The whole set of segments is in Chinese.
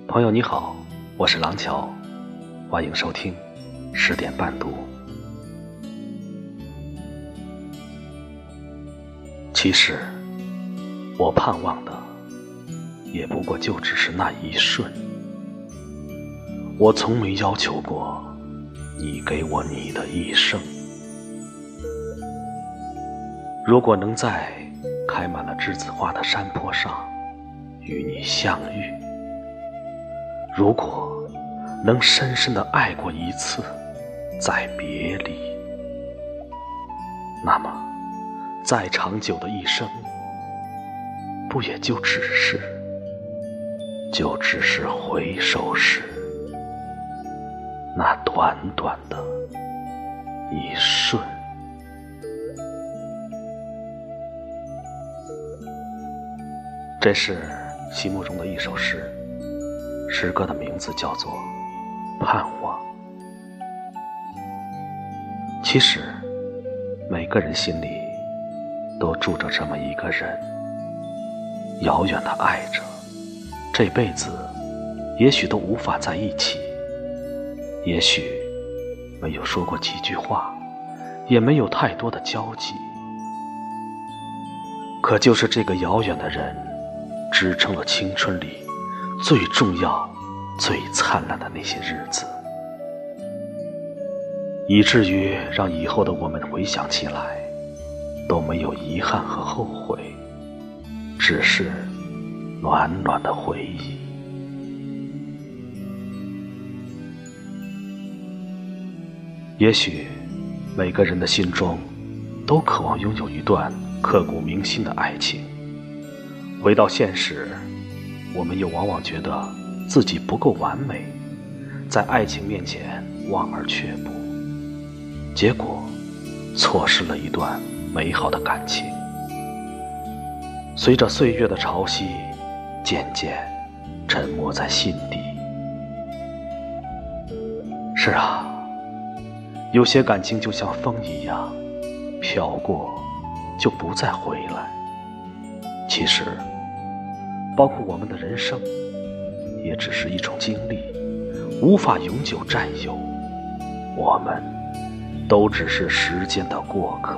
朋友你好，我是廊桥，欢迎收听10点半读。其实我盼望的也不过就只是那一瞬，我从没要求过你给我你的一生。如果能在开满了栀子花的山坡上与你相遇，如果能深深地爱过一次再别离，那么再长久的一生不也就只是回首时那短短的一瞬。这是心目中的一首诗，诗歌的名字叫做《盼望》。其实每个人心里都住着这么一个人，遥远的爱着，这辈子也许都无法在一起，也许没有说过几句话，也没有太多的交集，可就是这个遥远的人支撑了青春里最重要最灿烂的那些日子，以至于让以后的我们回想起来都没有遗憾和后悔，只是暖暖的回忆。也许每个人的心中都渴望拥有一段刻骨铭心的爱情，回到现实，我们又往往觉得自己不够完美，在爱情面前望而却步，结果错失了一段美好的感情。随着岁月的潮汐，渐渐沉没在心底。是啊，有些感情就像风一样，飘过就不再回来。其实包括我们的人生也只是一种经历，无法永久占有，我们都只是时间的过客。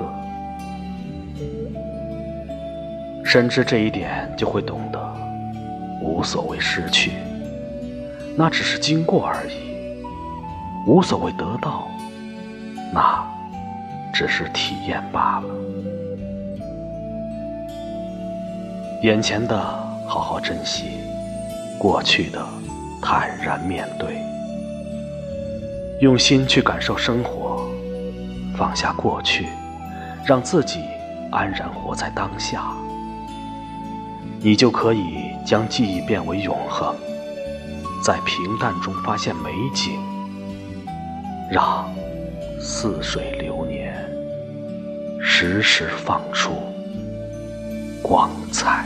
深知这一点，就会懂得无所谓失去，那只是经过而已；无所谓得到，那只是体验罢了。眼前的好好珍惜，过去的坦然面对，用心去感受生活，放下过去，让自己安然活在当下，你就可以将记忆变为永恒，在平淡中发现美景，让似水流年时时放出光彩。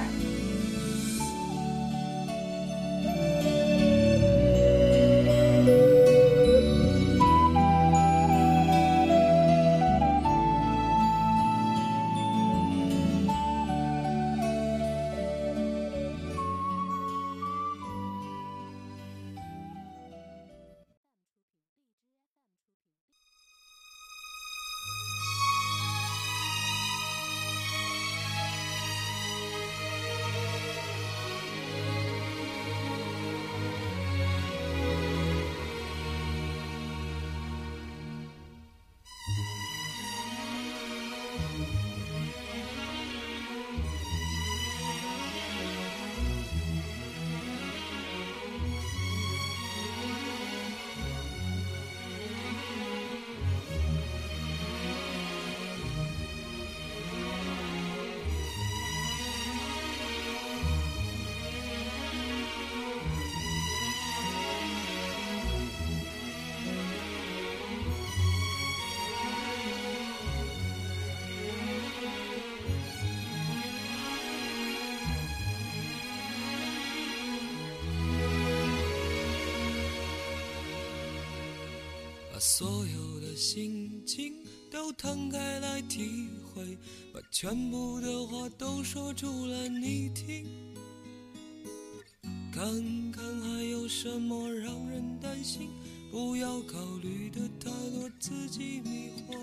把所有的心情都摊开来体会，把全部的话都说出来你听。 看看还有什么让人担心，不要考虑的太多，自己迷惑。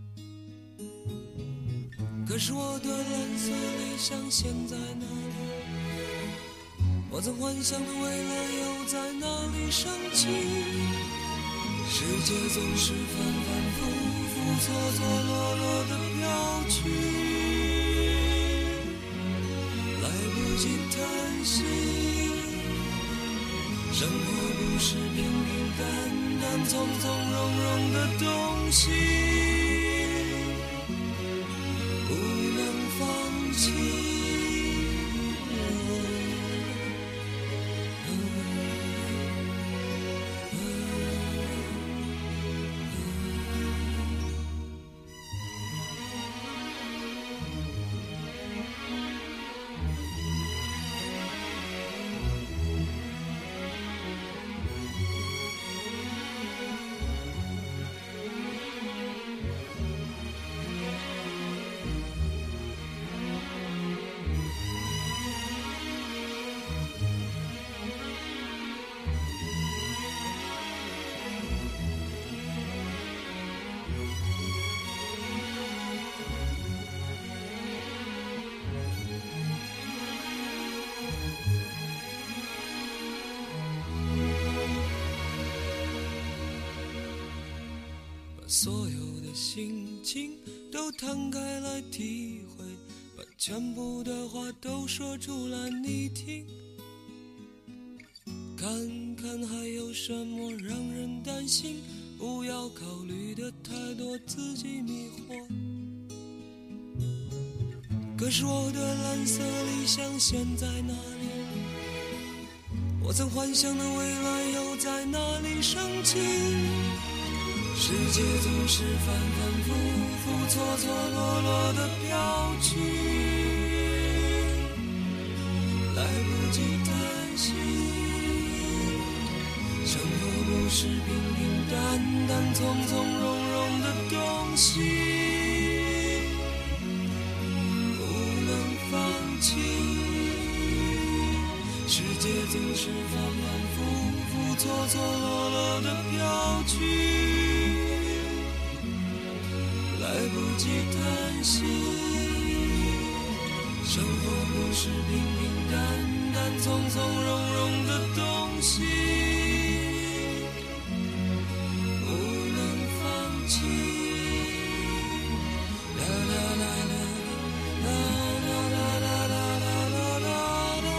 可是我的蓝色理想现在哪里？我曾幻想的未来又在哪里升起？世界总是反反复复、错错落落的飘去，来不及叹息。生活不是平平淡淡、从从容容的东西，不能放弃。所有的心情都摊开来体会，把全部的话都说出来你听，看看还有什么让人担心，不要考虑的太多，自己迷惑。可是我的蓝色理想现在哪里？我曾幻想的未来又在哪里升起？世界总是反反复复、错错落落的飘去，来不及叹息。生活不是平平淡淡、从从容容的东西，不能放弃。世界总是反反复复、错错落落的飘去，来不及叹息。生活不是平平淡淡、从从容容的东西，不能放弃。啦啦啦啦啦啦啦啦啦啦啦啦，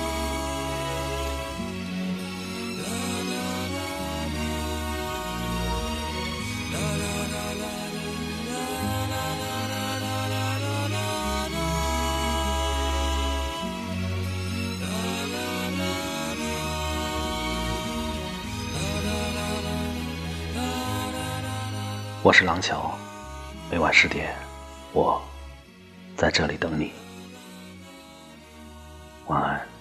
啦啦啦啦，啦啦啦啦。 我是廊桥，每晚10点，我在这里等你。晚安。